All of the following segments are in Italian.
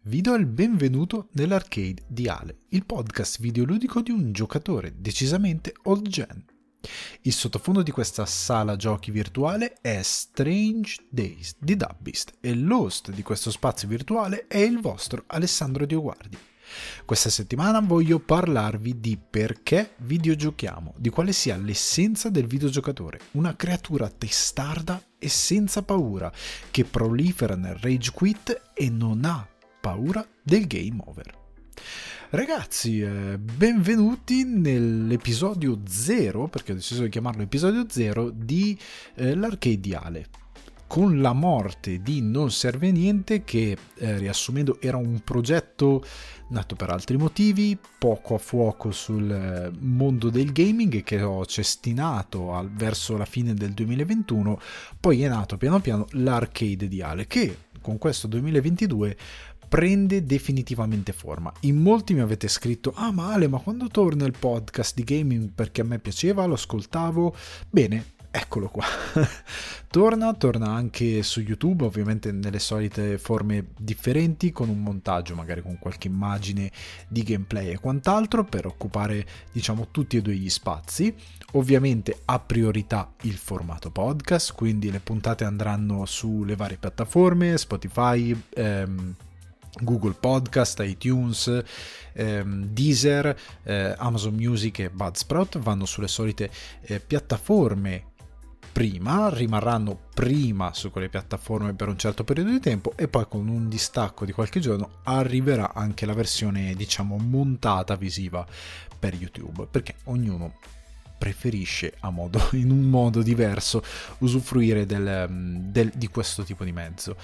Vi do il benvenuto nell'Arcade di Ale, il podcast videoludico di un giocatore decisamente old gen. Il sottofondo di questa sala giochi virtuale è Strange Days di Dubbeast e l'host di questo spazio virtuale è il vostro Alessandro Dioguardi. Questa settimana voglio parlarvi di perché videogiochiamo, di quale sia l'essenza del videogiocatore, una creatura testarda e senza paura, che prolifera nel rage quit e non ha paura del game over. Ragazzi, benvenuti nell'episodio 0, perché ho deciso di chiamarlo episodio 0, di l'Arcade di Ale. Con la morte di Non Serve Niente, che riassumendo era un progetto nato per altri motivi, poco a fuoco sul mondo del gaming, che ho cestinato verso la fine del 2021, poi è nato piano piano l'Arcade di Ale, che con questo 2022 prende definitivamente forma. In molti mi avete scritto: ma Ale, ma quando torna il podcast di gaming? Perché a me piaceva, lo ascoltavo. Bene, eccolo qua. torna anche su YouTube, ovviamente nelle solite forme differenti, con un montaggio, magari con qualche immagine di gameplay e quant'altro, per occupare, diciamo, tutti e due gli spazi. Ovviamente ha priorità il formato podcast, quindi le puntate andranno sulle varie piattaforme, Spotify, Google Podcast, iTunes, Deezer, Amazon Music e Buzzsprout. Vanno sulle solite piattaforme prima, rimarranno prima su quelle piattaforme per un certo periodo di tempo e poi con un distacco di qualche giorno arriverà anche la versione, diciamo, montata visiva per YouTube, perché ognuno preferisce in un modo diverso usufruire di questo tipo di mezzo.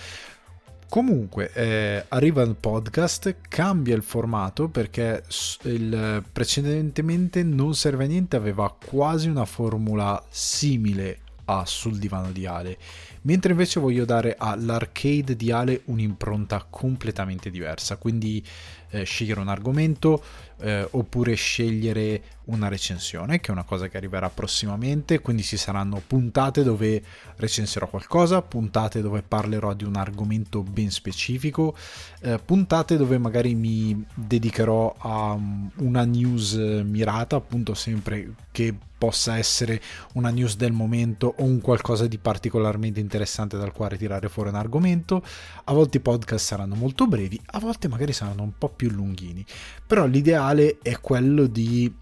Comunque arriva il podcast, cambia il formato, perché precedentemente Non Serve a Niente aveva quasi una formula simile a Sul Divano di Ale, mentre invece voglio dare all'Arcade di Ale un'impronta completamente diversa, quindi scegliere un argomento oppure scegliere una recensione, che è una cosa che arriverà prossimamente. Quindi ci saranno puntate dove recenserò qualcosa, puntate dove parlerò di un argomento ben specifico, puntate dove magari mi dedicherò a una news mirata, appunto, sempre che possa essere una news del momento o un qualcosa di particolarmente interessante dal quale tirare fuori un argomento. A volte i podcast saranno molto brevi, a volte magari saranno un po' più lunghini, però l'ideale è quello di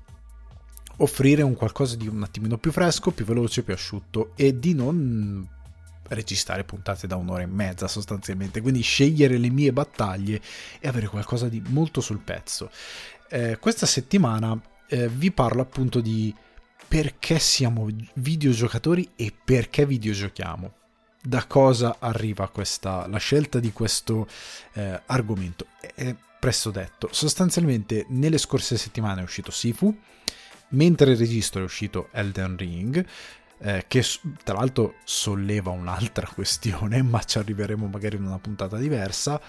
offrire un qualcosa di un attimino più fresco, più veloce, più asciutto, e di non registrare puntate da 1 ora e mezza sostanzialmente, quindi scegliere le mie battaglie e avere qualcosa di molto sul pezzo. Questa settimana vi parlo appunto di perché siamo videogiocatori e perché videogiochiamo. Da cosa arriva la scelta di questo argomento? È presto detto. Sostanzialmente nelle scorse settimane è uscito Sifu, mentre registro è uscito Elden Ring, che tra l'altro solleva un'altra questione, ma ci arriveremo magari in una puntata diversa,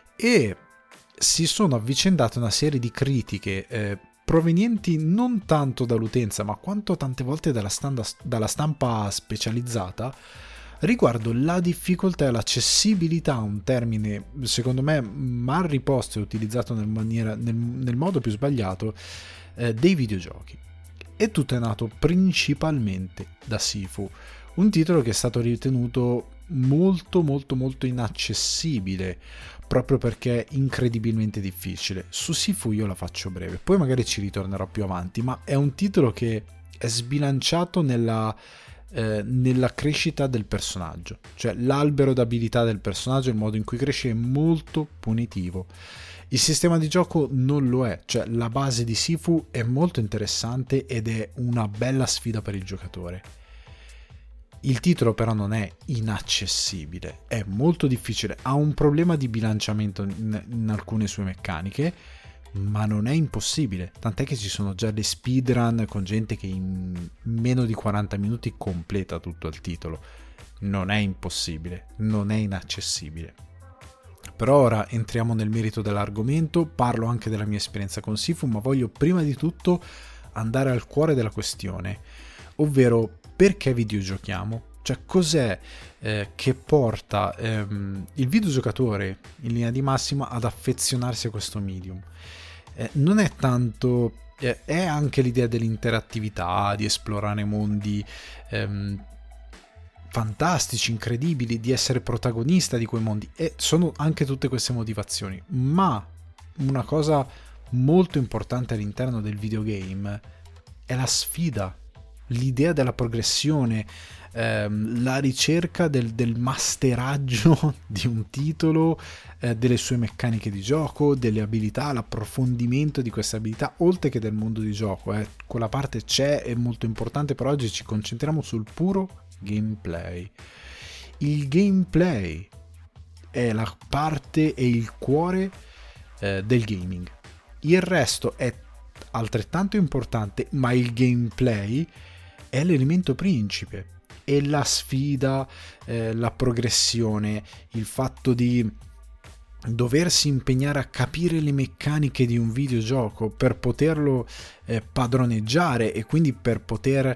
e si sono avvicendate una serie di critiche provenienti non tanto dall'utenza, ma quanto tante volte dalla stampa specializzata, riguardo la difficoltà e l'accessibilità, un termine secondo me mal riposto e utilizzato nel modo più sbagliato, dei videogiochi. E tutto è nato principalmente da Sifu, un titolo che è stato ritenuto molto molto molto inaccessibile, proprio perché è incredibilmente difficile. Su Sifu io la faccio breve, poi magari ci ritornerò più avanti, ma è un titolo che è sbilanciato nella crescita del personaggio, cioè l'albero d'abilità del personaggio, il modo in cui cresce è molto punitivo. Il sistema di gioco non lo è, cioè la base di Sifu è molto interessante ed è una bella sfida per il giocatore. Il titolo però non è inaccessibile, è molto difficile, ha un problema di bilanciamento in alcune sue meccaniche, ma non è impossibile, tant'è che ci sono già le speedrun con gente che in meno di 40 minuti completa tutto il titolo. Non è impossibile, non è inaccessibile. Però ora entriamo nel merito dell'argomento, parlo anche della mia esperienza con Sifu, ma voglio prima di tutto andare al cuore della questione, ovvero perché videogiochiamo, Cioè, cos'è che porta il videogiocatore in linea di massima ad affezionarsi a questo medium? Non è tanto, è anche l'idea dell'interattività, di esplorare mondi fantastici, incredibili, di essere protagonista di quei mondi, e sono anche tutte queste motivazioni, ma una cosa molto importante all'interno del videogame è la sfida, l'idea della progressione, la ricerca del masteraggio di un titolo, delle sue meccaniche di gioco, delle abilità, l'approfondimento di queste abilità, oltre che del mondo di gioco. Quella parte c'è, è molto importante, per oggi ci concentriamo sul puro gameplay. Il gameplay è la parte e il cuore del gaming. Il resto è altrettanto importante, ma il gameplay è l'elemento principe. È la sfida, la progressione, il fatto di doversi impegnare a capire le meccaniche di un videogioco per poterlo padroneggiare, e quindi per poter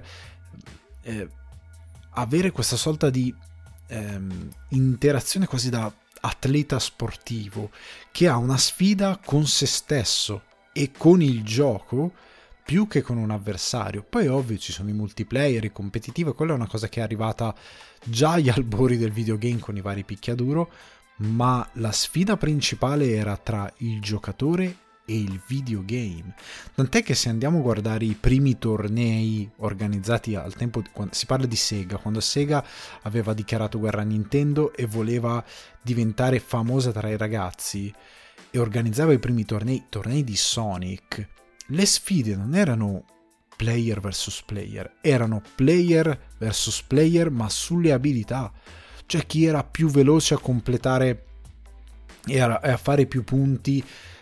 avere questa sorta di interazione quasi da atleta sportivo, che ha una sfida con se stesso e con il gioco più che con un avversario. Poi ovvio ci sono i multiplayer, i competitivi, quella è una cosa che è arrivata già agli albori del videogame con i vari picchiaduro, ma la sfida principale era tra il giocatore e il videogame. Tant'è che se andiamo a guardare i primi tornei organizzati al tempo, quando si parla di Sega, quando Sega aveva dichiarato guerra a Nintendo e voleva diventare famosa tra i ragazzi e organizzava i primi tornei di Sonic, le sfide non erano player versus player, erano player versus player, ma sulle abilità. Cioè chi era più veloce a completare e a fare più punti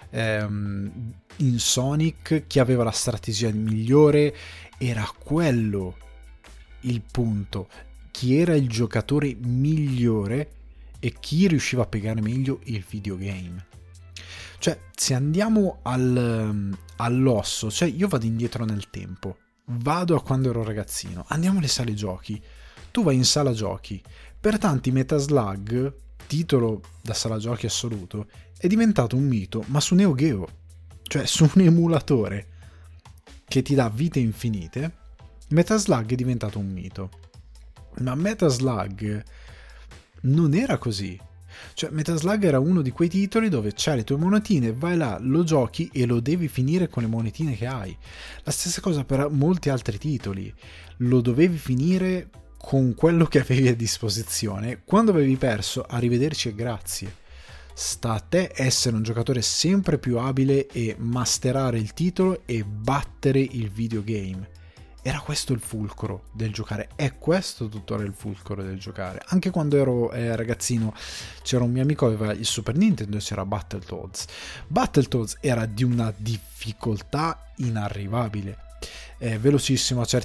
in Sonic, chi aveva la strategia migliore, era quello il punto. Chi era il giocatore migliore e chi riusciva a piegare meglio il videogame. Cioè, se andiamo all'osso, cioè io vado indietro nel tempo, vado a quando ero ragazzino, andiamo alle sale giochi, tu vai in sala giochi, per tanti Metaslug, titolo da sala giochi assoluto, è diventato un mito, ma su Neo Geo, cioè su un emulatore che ti dà vite infinite, Metaslug è diventato un mito. Ma Metaslug non era così. Cioè Metaslug era uno di quei titoli dove c'hai le tue monetine, vai là, lo giochi e lo devi finire con le monetine che hai. La stessa cosa per molti altri titoli, lo dovevi finire con quello che avevi a disposizione. Quando avevi perso, arrivederci e grazie. Sta a te essere un giocatore sempre più abile e masterare il titolo e battere il videogame. Era questo il fulcro del giocare, è questo tuttora il fulcro del giocare. Anche quando ero ragazzino c'era un mio amico che aveva il Super Nintendo e c'era Battletoads. Battletoads era di una difficoltà inarrivabile, velocissimo a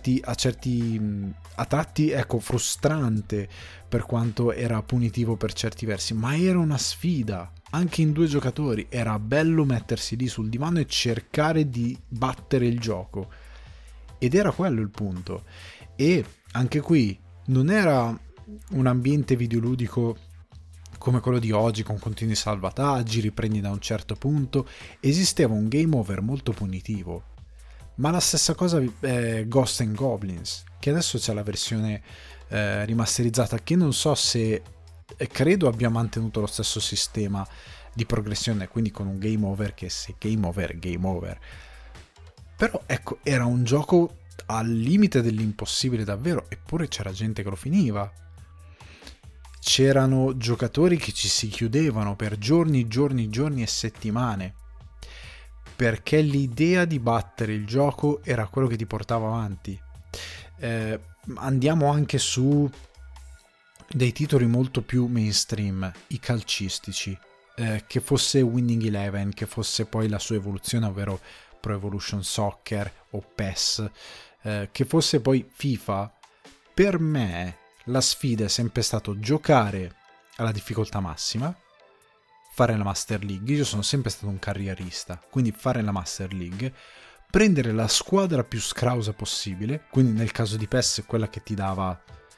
tratti, ecco, frustrante per quanto era punitivo per certi versi, ma era una sfida anche in 2 giocatori. Era bello mettersi lì sul divano e cercare di battere il gioco. Ed era quello il punto. E anche qui non era un ambiente videoludico come quello di oggi, con continui salvataggi, riprendi da un certo punto. Esisteva un game over molto punitivo. Ma la stessa cosa Ghosts and Goblins, che adesso c'è la versione rimasterizzata, che non so se, credo abbia mantenuto lo stesso sistema di progressione, quindi con un game over che se game over è game over. Però ecco, era un gioco al limite dell'impossibile davvero, eppure c'era gente che lo finiva. C'erano giocatori che ci si chiudevano per giorni e settimane, perché l'idea di battere il gioco era quello che ti portava avanti. Andiamo anche su dei titoli molto più mainstream, i calcistici, che fosse Winning Eleven, che fosse poi la sua evoluzione, ovvero Pro Evolution Soccer o PES, che fosse poi FIFA. Per me la sfida è sempre stato giocare alla difficoltà massima, fare la Master League. Io sono sempre stato un carrierista, quindi fare la Master League, prendere la squadra più scrausa possibile, quindi nel caso di PES quella che ti dava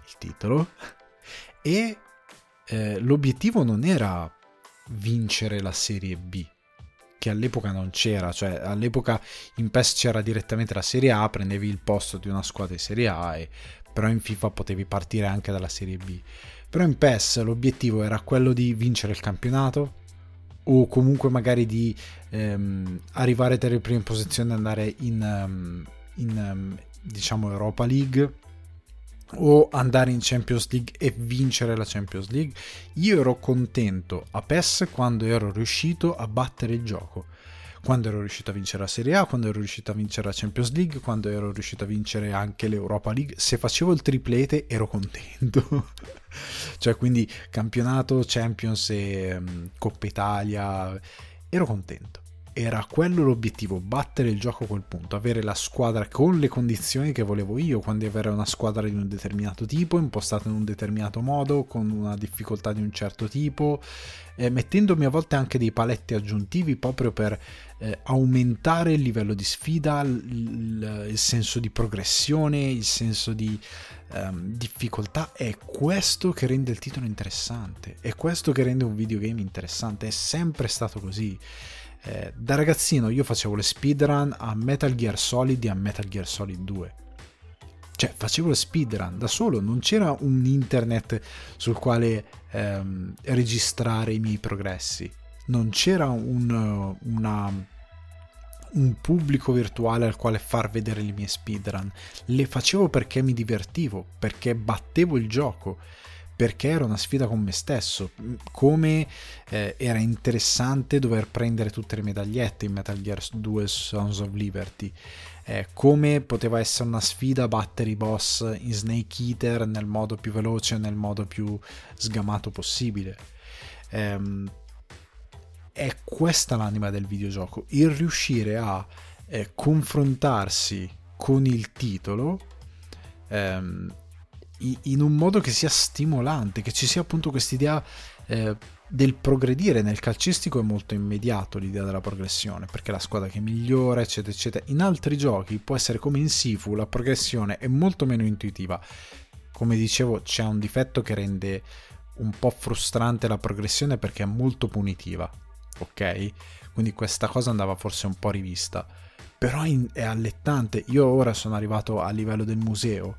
il titolo, e l'obiettivo non era vincere la Serie B, che all'epoca non c'era, cioè all'epoca in PES c'era direttamente la Serie A, prendevi il posto di una squadra di Serie A, però in FIFA potevi partire anche dalla Serie B. Però in PES l'obiettivo era quello di vincere il campionato, o comunque magari di arrivare tra le prime posizioni e andare in diciamo Europa League, o andare in Champions League e vincere la Champions League. Io ero contento a PES quando ero riuscito a battere il gioco, quando ero riuscito a vincere la Serie A, quando ero riuscito a vincere la Champions League, quando ero riuscito a vincere anche l'Europa League. Se facevo il triplete ero contento. Cioè, quindi campionato, Champions e Coppa Italia, ero contento. Era quello l'obiettivo, battere il gioco a quel punto, avere la squadra con le condizioni che volevo io, quando avere una squadra di un determinato tipo, impostata in un determinato modo, con una difficoltà di un certo tipo, mettendomi a volte anche dei paletti aggiuntivi proprio per aumentare il livello di sfida, il senso di progressione, il senso di difficoltà. È questo che rende il titolo interessante, è questo che rende un videogame interessante, è sempre stato così. Da ragazzino io facevo le speedrun a Metal Gear Solid e a Metal Gear Solid 2, cioè facevo le speedrun da solo, non c'era un internet sul quale registrare i miei progressi, non c'era un pubblico virtuale al quale far vedere le mie speedrun. Le facevo perché mi divertivo, perché battevo il gioco, perché era una sfida con me stesso, come era interessante dover prendere tutte le medagliette in Metal Gear 2 Sons of Liberty, come poteva essere una sfida battere i boss in Snake Eater nel modo più veloce, nel modo più sgamato possibile. È questa l'anima del videogioco, il riuscire a confrontarsi con il titolo in un modo che sia stimolante, che ci sia appunto quest'idea del progredire. Nel calcistico è molto immediato l'idea della progressione, perché la squadra che migliora, eccetera eccetera. In altri giochi può essere come in Sifu, la progressione è molto meno intuitiva. Come dicevo, c'è un difetto che rende un po' frustrante la progressione, perché è molto punitiva, ok? Quindi questa cosa andava forse un po' rivista, però è allettante. Io ora sono arrivato a livello del museo,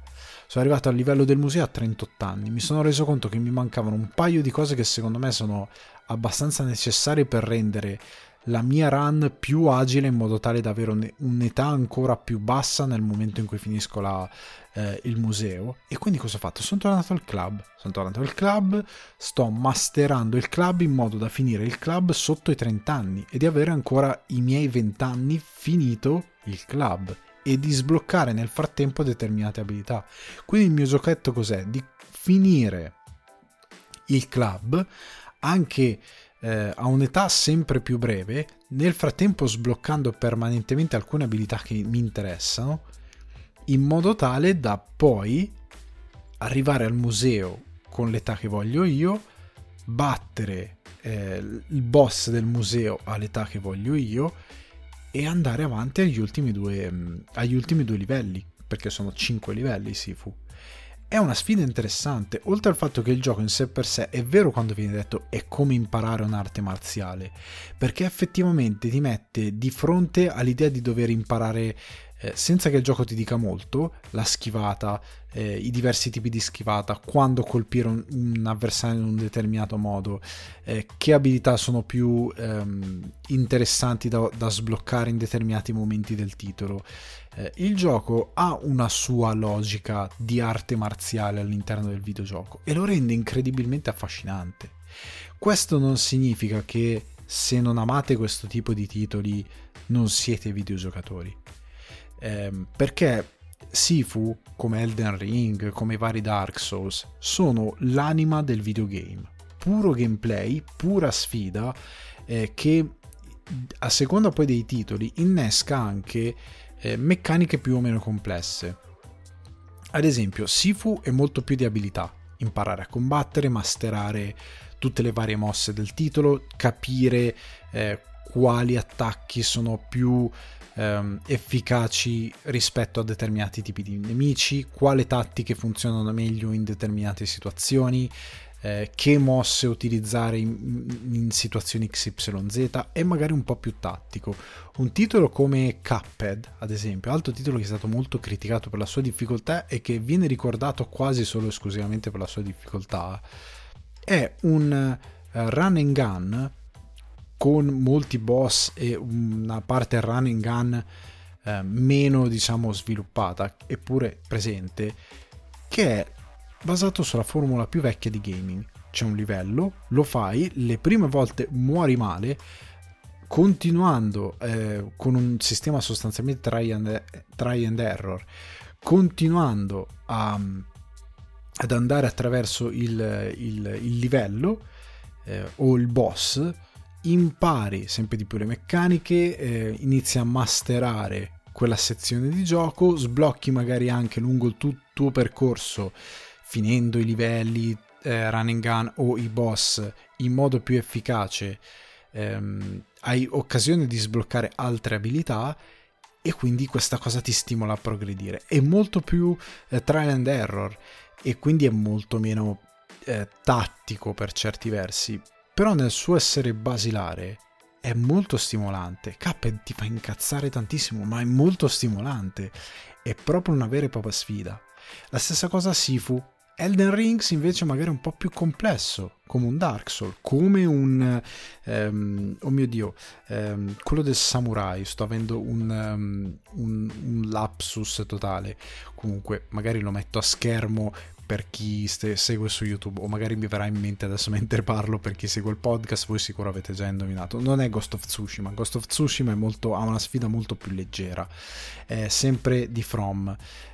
a 38 anni, mi sono reso conto che mi mancavano un paio di cose che secondo me sono abbastanza necessarie per rendere la mia run più agile, in modo tale da avere un'età ancora più bassa nel momento in cui finisco il museo. E quindi cosa ho fatto? Sono tornato al club, sto masterando il club in modo da finire il club sotto i 30 anni e di avere ancora i miei 20 anni finito il club, e di sbloccare nel frattempo determinate abilità. Quindi il mio giochetto cos'è? Di finire il club anche a un'età sempre più breve, nel frattempo sbloccando permanentemente alcune abilità che mi interessano, in modo tale da poi arrivare al museo con l'età che voglio io, battere il boss del museo all'età che voglio io e andare avanti agli ultimi due livelli, perché sono 5 livelli Sifu. È una sfida interessante, oltre al fatto che il gioco in sé per sé, è vero quando viene detto è come imparare un'arte marziale, perché effettivamente ti mette di fronte all'idea di dover imparare, senza che il gioco ti dica molto, la schivata, i diversi tipi di schivata, quando colpire un avversario in un determinato modo, che abilità sono più interessanti da sbloccare in determinati momenti del titolo. Il gioco ha una sua logica di arte marziale all'interno del videogioco e lo rende incredibilmente affascinante. Questo non significa che se non amate questo tipo di titoli non siete videogiocatori, perché Sifu, come Elden Ring, come i vari Dark Souls, sono l'anima del videogame, puro gameplay, pura sfida, che a seconda poi dei titoli innesca anche meccaniche più o meno complesse. Ad esempio, Sifu è molto più di abilità, imparare a combattere, masterare tutte le varie mosse del titolo, capire quali attacchi sono più efficaci rispetto a determinati tipi di nemici, quale tattiche funzionano meglio in determinate situazioni, che mosse utilizzare in situazioni XYZ, e magari un po' più tattico. Un titolo come Cuphead, ad esempio, altro titolo che è stato molto criticato per la sua difficoltà e che viene ricordato quasi solo esclusivamente per la sua difficoltà, è un run and gun con molti boss e una parte run and gun meno, diciamo, sviluppata, eppure presente, che è basato sulla formula più vecchia di gaming. C'è un livello, lo fai, le prime volte muori male, continuando con un sistema sostanzialmente try and error, continuando ad andare attraverso il livello o il boss, impari sempre di più le meccaniche, inizi a masterare quella sezione di gioco, sblocchi magari anche lungo il tuo percorso, finendo i livelli run and gun o i boss in modo più efficace, hai occasione di sbloccare altre abilità, e quindi questa cosa ti stimola a progredire. È molto più trial and error, e quindi è molto meno tattico per certi versi, però nel suo essere basilare è molto stimolante. Cuphead ti fa incazzare tantissimo, ma è molto stimolante, è proprio una vera e propria sfida. La stessa cosa Sifu. Elden Rings invece magari è un po' più complesso, come un Dark Souls, come un oh mio Dio, quello del samurai. Sto avendo un lapsus totale. Comunque magari lo metto a schermo per chi segue su YouTube, o magari mi verrà in mente adesso mentre parlo per chi segue il podcast. Voi sicuro avete già indovinato, non è Ghost of Tsushima. Ghost of Tsushima ha una sfida molto più leggera, sempre di From.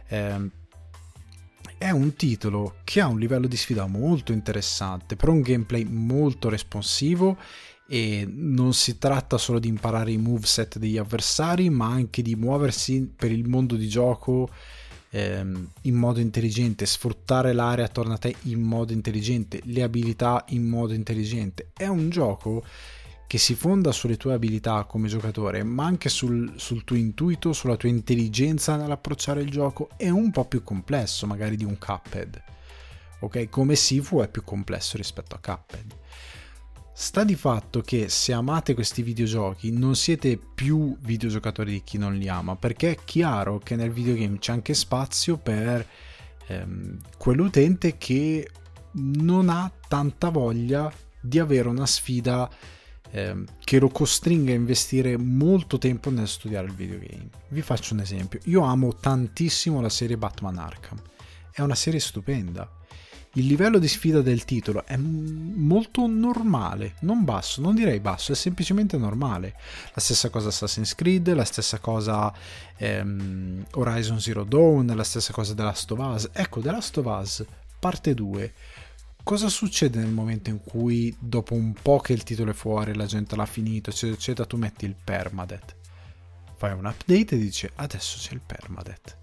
È un titolo che ha un livello di sfida molto interessante, però un gameplay molto responsivo, e non si tratta solo di imparare i moveset degli avversari, ma anche di muoversi per il mondo di gioco in modo intelligente, sfruttare l'area attorno a te in modo intelligente, le abilità in modo intelligente. È un gioco che si fonda sulle tue abilità come giocatore, ma anche sul tuo intuito, sulla tua intelligenza nell'approcciare il gioco. È un po' più complesso magari di un Cuphead, ok? Come Sifu è più complesso rispetto a Cuphead. Sta di fatto che se amate questi videogiochi non siete più videogiocatori di chi non li ama, perché è chiaro che nel videogame c'è anche spazio per quell'utente che non ha tanta voglia di avere una sfida che lo costringa a investire molto tempo nel studiare il videogame. Vi faccio un esempio: io amo tantissimo la serie Batman Arkham, è una serie stupenda. Il livello di sfida del titolo è molto normale, non basso, non direi basso, è semplicemente normale. La stessa cosa Assassin's Creed, la stessa cosa Horizon Zero Dawn, la stessa cosa The Last of Us. Ecco, The Last of Us parte 2. Cosa succede nel momento in cui, dopo un po' che il titolo è fuori, la gente l'ha finito, eccetera, eccetera, tu metti il permadeath, fai un update e dici adesso c'è il permadeath.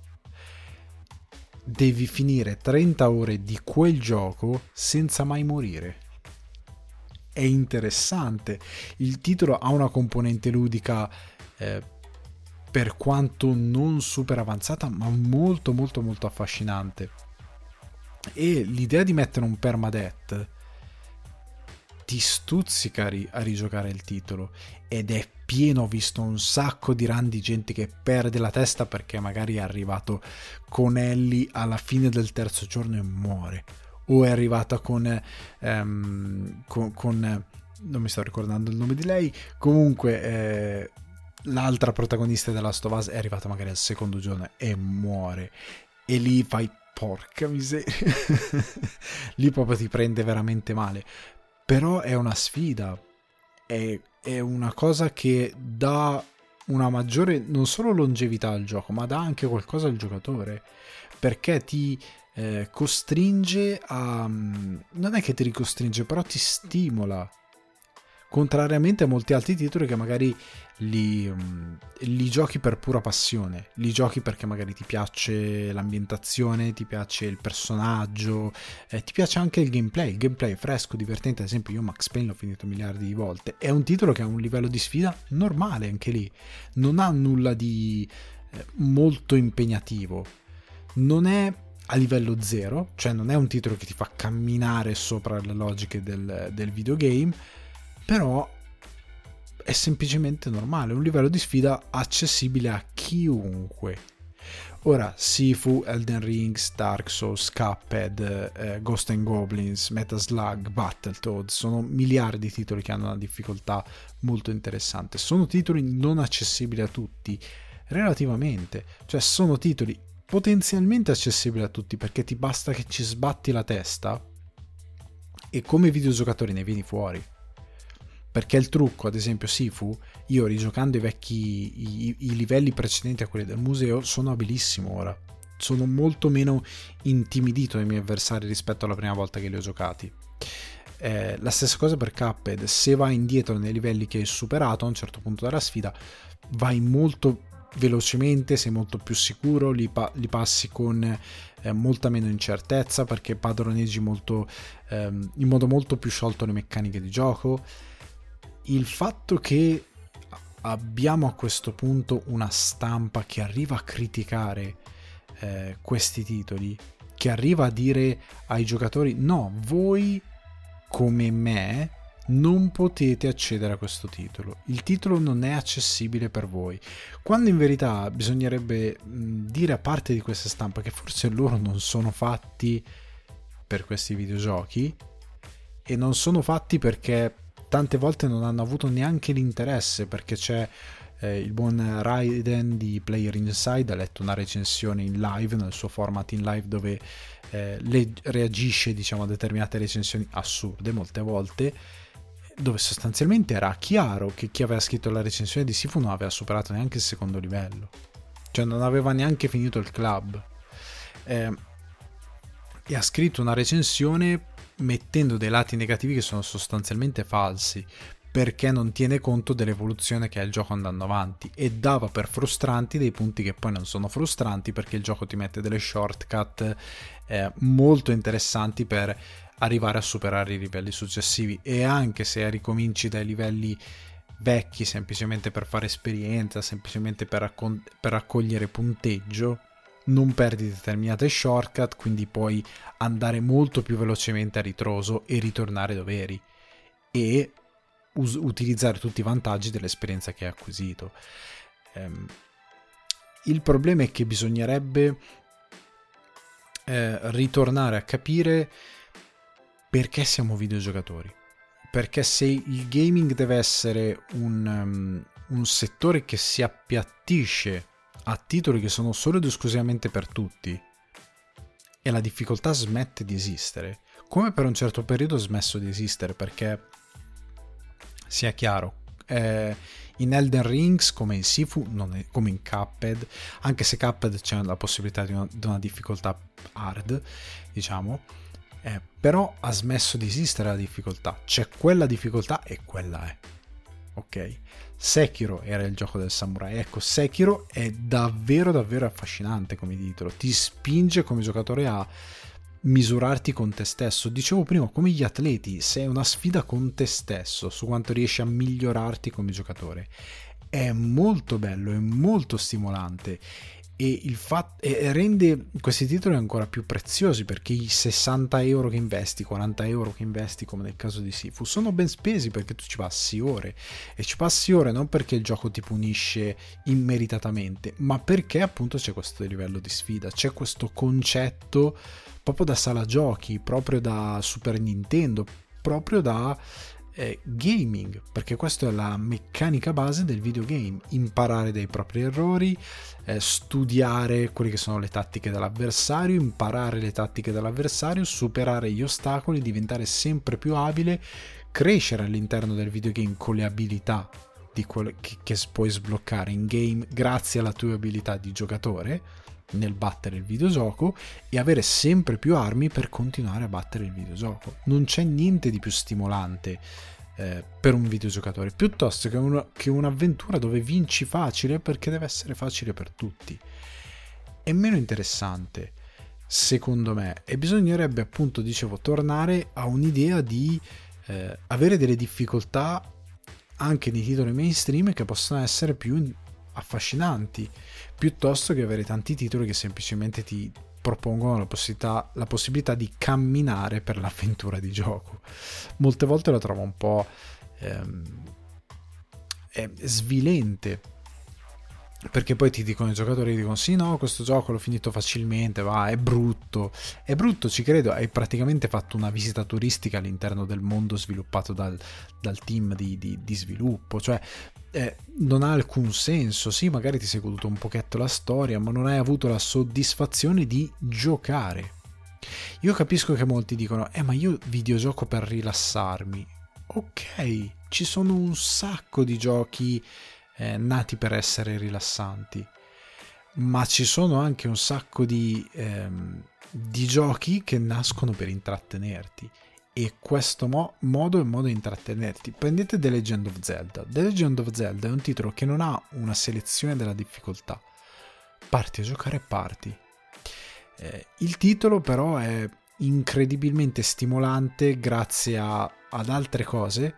Devi finire 30 ore di quel gioco senza mai morire. È interessante. Il titolo ha una componente ludica per quanto non super avanzata, ma molto molto molto affascinante. E l'idea di mettere un permadeath ti stuzzica a rigiocare il titolo, ed è pieno. Ho visto un sacco di run di gente che perde la testa perché magari è arrivato con Ellie alla fine del terzo giorno e muore, o è arrivata con non mi sto ricordando il nome di lei, comunque l'altra protagonista della Last of Us è arrivata magari al secondo giorno e muore, e lì fai porca miseria. Lì proprio ti prende veramente male. Però è una sfida, è una cosa che dà una maggiore non solo longevità al gioco, ma dà anche qualcosa al giocatore, perché ti costringe a... non è che ti ricostringe, però ti stimola. contrariamente a molti altri titoli che magari li giochi per pura passione, li giochi perché magari ti piace l'ambientazione, ti piace il personaggio, ti piace anche il gameplay è fresco, divertente. Ad esempio io Max Payne l'ho finito miliardi di volte, è un titolo che ha un livello di sfida normale, anche lì non ha nulla di molto impegnativo, non è a livello zero, cioè non è un titolo che ti fa camminare sopra le logiche del videogame, però è semplicemente normale, un livello di sfida accessibile a chiunque. Ora, Sifu, Elden Ring, Dark Souls, Cuphead, Ghost and Goblins, Metal Slug, Battletoads, sono miliardi di titoli che hanno una difficoltà molto interessante. Sono titoli non accessibili a tutti, relativamente, cioè sono titoli potenzialmente accessibili a tutti perché ti basta che ci sbatti la testa e come videogiocatore ne vieni fuori. Perché il trucco, ad esempio Sifu, io rigiocando i livelli precedenti a quelli del museo, sono abilissimo ora. Sono molto meno intimidito dai miei avversari rispetto alla prima volta che li ho giocati. La stessa cosa per Cuphead, se vai indietro nei livelli che hai superato a un certo punto della sfida, vai molto velocemente, sei molto più sicuro, li passi con molta meno incertezza perché padroneggi molto, in modo molto più sciolto le meccaniche di gioco. Il fatto che abbiamo a questo punto una stampa che arriva a criticare questi titoli, che arriva a dire ai giocatori no, voi come me non potete accedere a questo titolo, il titolo non è accessibile per voi, quando in verità bisognerebbe dire a parte di questa stampa che forse loro non sono fatti per questi videogiochi e non sono fatti perché tante volte non hanno avuto neanche l'interesse, perché c'è il buon Raiden di Player Inside ha letto una recensione in live, nel suo format in live, dove reagisce diciamo a determinate recensioni assurde molte volte, dove sostanzialmente era chiaro che chi aveva scritto la recensione di Sifu non aveva superato neanche il secondo livello, cioè non aveva neanche finito il club, e ha scritto una recensione mettendo dei lati negativi che sono sostanzialmente falsi, perché non tiene conto dell'evoluzione che ha il gioco andando avanti, e dava per frustranti dei punti che poi non sono frustranti, perché il gioco ti mette delle shortcut molto interessanti per arrivare a superare i livelli successivi, e anche se ricominci dai livelli vecchi semplicemente per fare esperienza, semplicemente per raccogliere punteggio, non perdi determinate shortcut, quindi puoi andare molto più velocemente a ritroso e ritornare dove eri e utilizzare tutti i vantaggi dell'esperienza che hai acquisito. Il problema è che bisognerebbe ritornare a capire perché siamo videogiocatori, perché se il gaming deve essere un settore che si appiattisce a titoli che sono solo ed esclusivamente per tutti e la difficoltà smette di esistere, come per un certo periodo ha smesso di esistere, perché sia chiaro, in Elden Rings come in Sifu, non è come in Cuphead, anche se Cuphead c'è la possibilità di una difficoltà hard, diciamo, però ha smesso di esistere la difficoltà, c'è quella difficoltà e quella è, ok? Sekiro era il gioco del samurai. Ecco, Sekiro è davvero davvero affascinante come titolo, ti spinge come giocatore a misurarti con te stesso. Dicevo prima, come gli atleti, sei una sfida con te stesso su quanto riesci a migliorarti come giocatore. È molto bello, è molto stimolante, e rende questi titoli ancora più preziosi, perché i 60 euro che investi, 40 euro che investi come nel caso di Sifu sono ben spesi, perché tu ci passi ore, e ci passi ore non perché il gioco ti punisce immeritatamente, ma perché appunto c'è questo livello di sfida, c'è questo concetto proprio da sala giochi, proprio da Super Nintendo, proprio da gaming, perché questa è la meccanica base del videogame: imparare dai propri errori, studiare quelle che sono le tattiche dell'avversario, imparare le tattiche dell'avversario, superare gli ostacoli, diventare sempre più abile, crescere all'interno del videogame con le abilità di quello che puoi sbloccare in game grazie alla tua abilità di giocatore nel battere il videogioco, e avere sempre più armi per continuare a battere il videogioco. Non c'è niente di più stimolante per un videogiocatore, piuttosto che un'avventura dove vinci facile perché deve essere facile per tutti. È meno interessante, secondo me, e bisognerebbe, appunto, dicevo, tornare a un'idea di avere delle difficoltà anche nei titoli mainstream che possono essere più affascinanti, piuttosto che avere tanti titoli che semplicemente ti propongono la possibilità di camminare per l'avventura di gioco. Molte volte lo trovo un po' svilente, perché poi ti dicono i giocatori, dicono sì, no, questo gioco l'ho finito facilmente, va, è brutto, ci credo. Hai praticamente fatto una visita turistica all'interno del mondo sviluppato dal team di sviluppo, cioè non ha alcun senso. Sì, magari ti sei goduto un pochetto la storia, ma non hai avuto la soddisfazione di giocare. Io capisco che molti dicono ma io videogioco per rilassarmi. Ok, ci sono un sacco di giochi nati per essere rilassanti, ma ci sono anche un sacco di giochi che nascono per intrattenerti, e questo modo è un modo di intrattenerti. Prendete The Legend of Zelda. The Legend of Zelda è un titolo che non ha una selezione della difficoltà, parti a giocare e parti. Il titolo però è incredibilmente stimolante grazie ad altre cose,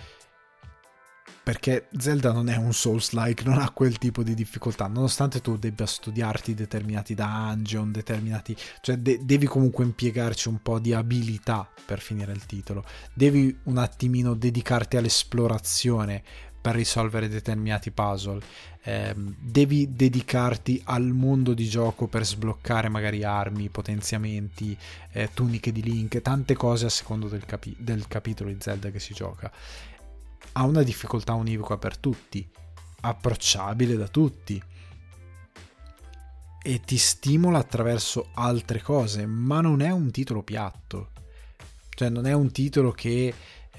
perché Zelda non è un Souls-like, non ha quel tipo di difficoltà, nonostante tu debba studiarti determinati dungeon, cioè devi comunque impiegarci un po' di abilità per finire il titolo, devi un attimino dedicarti all'esplorazione per risolvere determinati puzzle, devi dedicarti al mondo di gioco per sbloccare magari armi, potenziamenti, tuniche di Link, tante cose a secondo del capitolo di Zelda che si gioca. Ha una difficoltà univoca per tutti, approcciabile da tutti, e ti stimola attraverso altre cose, ma non è un titolo piatto, cioè non è un titolo che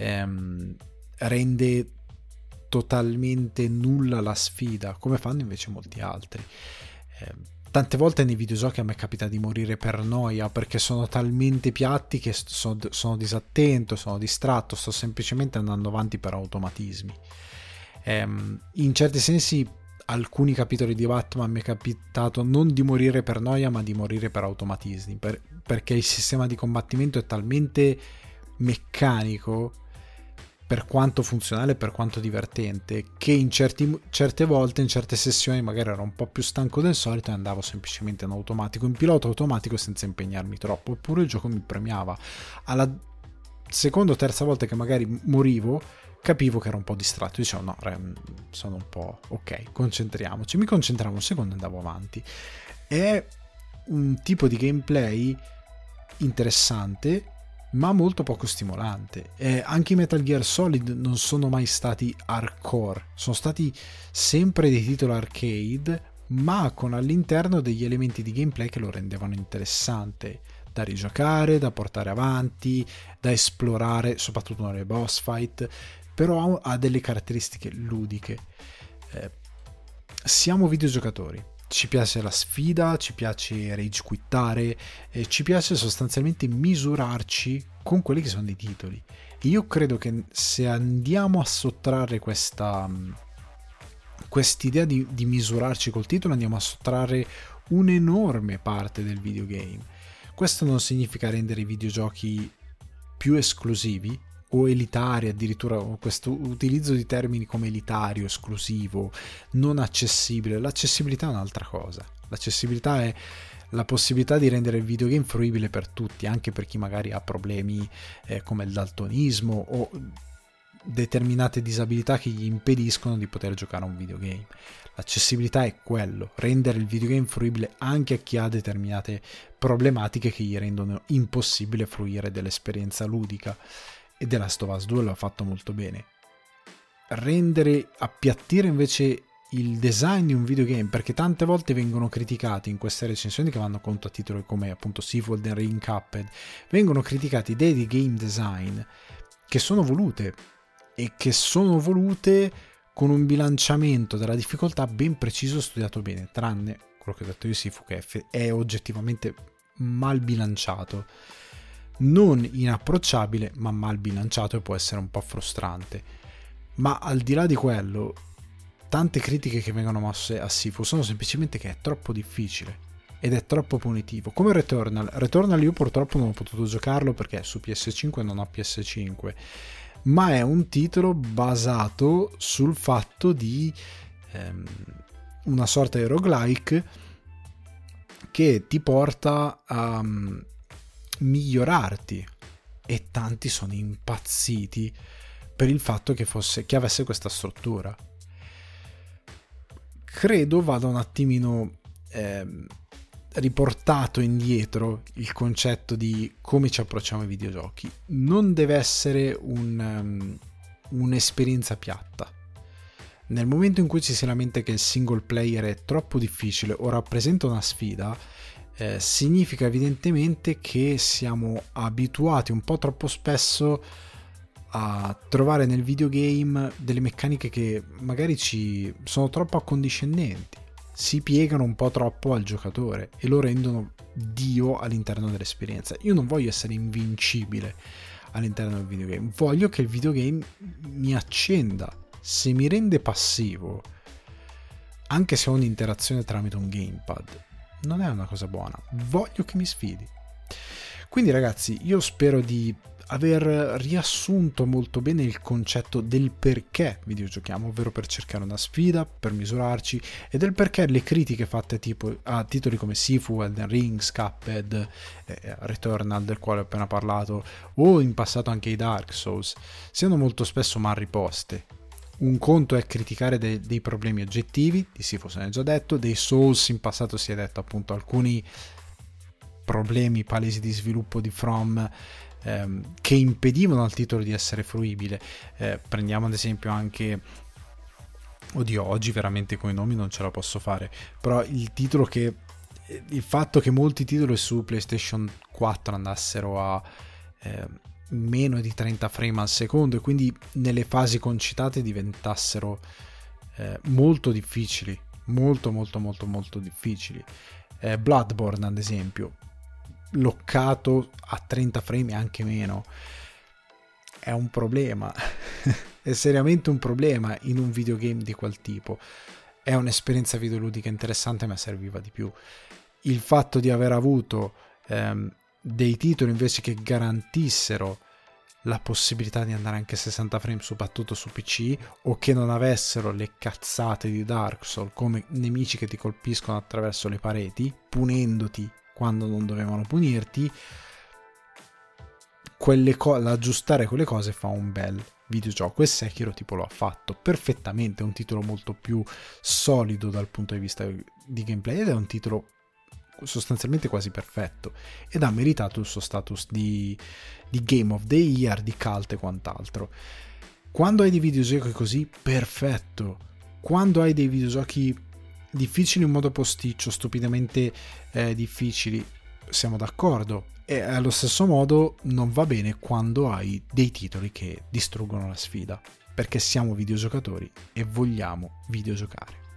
rende totalmente nulla la sfida, come fanno invece molti altri. Tante volte nei videogiochi a me capita di morire per noia, perché sono talmente piatti che sono disattento, sono distratto, sto semplicemente andando avanti per automatismi. In certi sensi alcuni capitoli di Batman mi è capitato non di morire per noia, ma di morire per automatismi, perché il sistema di combattimento è talmente meccanico, per quanto funzionale, per quanto divertente, che in certe volte, in certe sessioni, magari ero un po' più stanco del solito e andavo semplicemente in automatico, in pilota automatico, senza impegnarmi troppo, eppure il gioco mi premiava. Alla seconda o terza volta che magari morivo, capivo che ero un po' distratto, dicevo no, sono un po' ok, concentriamoci, mi concentravo un secondo e andavo avanti. È un tipo di gameplay interessante, ma molto poco stimolante. Anche i Metal Gear Solid non sono mai stati hardcore, sono stati sempre dei titoli arcade, ma con all'interno degli elementi di gameplay che lo rendevano interessante, da rigiocare, da portare avanti, da esplorare, soprattutto nelle boss fight, però ha delle caratteristiche ludiche. Siamo videogiocatori, ci piace la sfida, ci piace rage quittare, ci piace sostanzialmente misurarci con quelli che sono dei titoli. E io credo che se andiamo a sottrarre quest'idea di misurarci col titolo, andiamo a sottrarre un'enorme parte del videogame. Questo non significa rendere i videogiochi più esclusivi o elitari, addirittura questo utilizzo di termini come elitario, esclusivo, non accessibile. L'accessibilità è un'altra cosa. L'accessibilità è la possibilità di rendere il videogame fruibile per tutti, anche per chi magari ha problemi come il daltonismo o determinate disabilità che gli impediscono di poter giocare a un videogame. L'accessibilità è quello, rendere il videogame fruibile anche a chi ha determinate problematiche che gli rendono impossibile fruire dell'esperienza ludica. E The Last of Us 2 lo ha fatto molto bene. Appiattire invece il design di un videogame, perché tante volte vengono criticati in queste recensioni che vanno conto a titoli come appunto Sequel, Elden Ring, Cuphead, vengono criticati idee di game design che sono volute, e che sono volute con un bilanciamento della difficoltà ben preciso, studiato bene, tranne quello che ho detto io, Sifu, che è oggettivamente mal bilanciato. non inapprocciabile ma mal bilanciato, e può essere un po' frustrante. Ma al di là di quello, tante critiche che vengono mosse a Sifu sono semplicemente che è troppo difficile ed è troppo punitivo, come Returnal io purtroppo non ho potuto giocarlo perché su PS5 non ho PS5, ma è un titolo basato sul fatto di una sorta di roguelike che ti porta a migliorarti, e tanti sono impazziti per il fatto che avesse questa struttura. Credo vada un attimino riportato indietro il concetto di come ci approcciamo ai videogiochi. Non deve essere un'esperienza piatta. Nel momento in cui ci si lamenta che il single player è troppo difficile o rappresenta una sfida, significa evidentemente che siamo abituati un po' troppo spesso a trovare nel videogame delle meccaniche che magari ci sono troppo accondiscendenti, si piegano un po' troppo al giocatore e lo rendono dio all'interno dell'esperienza. Io non voglio essere invincibile all'interno del videogame, voglio che il videogame mi accenda. Se mi rende passivo, anche se ho un'interazione tramite un gamepad, non è una cosa buona. Voglio che mi sfidi. Quindi ragazzi, io spero di aver riassunto molto bene il concetto del perché videogiochiamo, ovvero per cercare una sfida, per misurarci, e del perché le critiche fatte a titoli come Sifu, Elden Ring, Cuphead, Returnal del quale ho appena parlato, o in passato anche i Dark Souls, siano molto spesso mal riposte. Un conto è criticare dei problemi oggettivi, di Sifu se ne è già detto, dei Souls in passato si è detto appunto alcuni problemi palesi di sviluppo di From che impedivano al titolo di essere fruibile. Prendiamo ad esempio anche, oddio, oggi veramente con i nomi non ce la posso fare, però il fatto che molti titoli su PlayStation 4 andassero a meno di 30 frame al secondo e quindi nelle fasi concitate diventassero molto difficili, molto difficili. Bloodborne ad esempio, loccato a 30 frame e anche meno, è un problema. È seriamente un problema in un videogame di quel tipo. È un'esperienza videoludica interessante, ma serviva di più. Il fatto di aver avuto dei titoli invece che garantissero la possibilità di andare anche a 60 frame soprattutto su PC, o che non avessero le cazzate di Dark Souls come nemici che ti colpiscono attraverso le pareti punendoti quando non dovevano punirti, aggiustare quelle cose fa un bel videogioco, e Sekiro tipo lo ha fatto perfettamente. È un titolo molto più solido dal punto di vista di gameplay ed è un titolo sostanzialmente quasi perfetto, ed ha meritato il suo status di Game of the Year, di cult e quant'altro. Quando hai dei videogiochi così, perfetto. Quando hai dei videogiochi difficili in modo posticcio, stupidamente difficili, siamo d'accordo, e allo stesso modo non va bene quando hai dei titoli che distruggono la sfida, perché siamo videogiocatori e vogliamo videogiocare.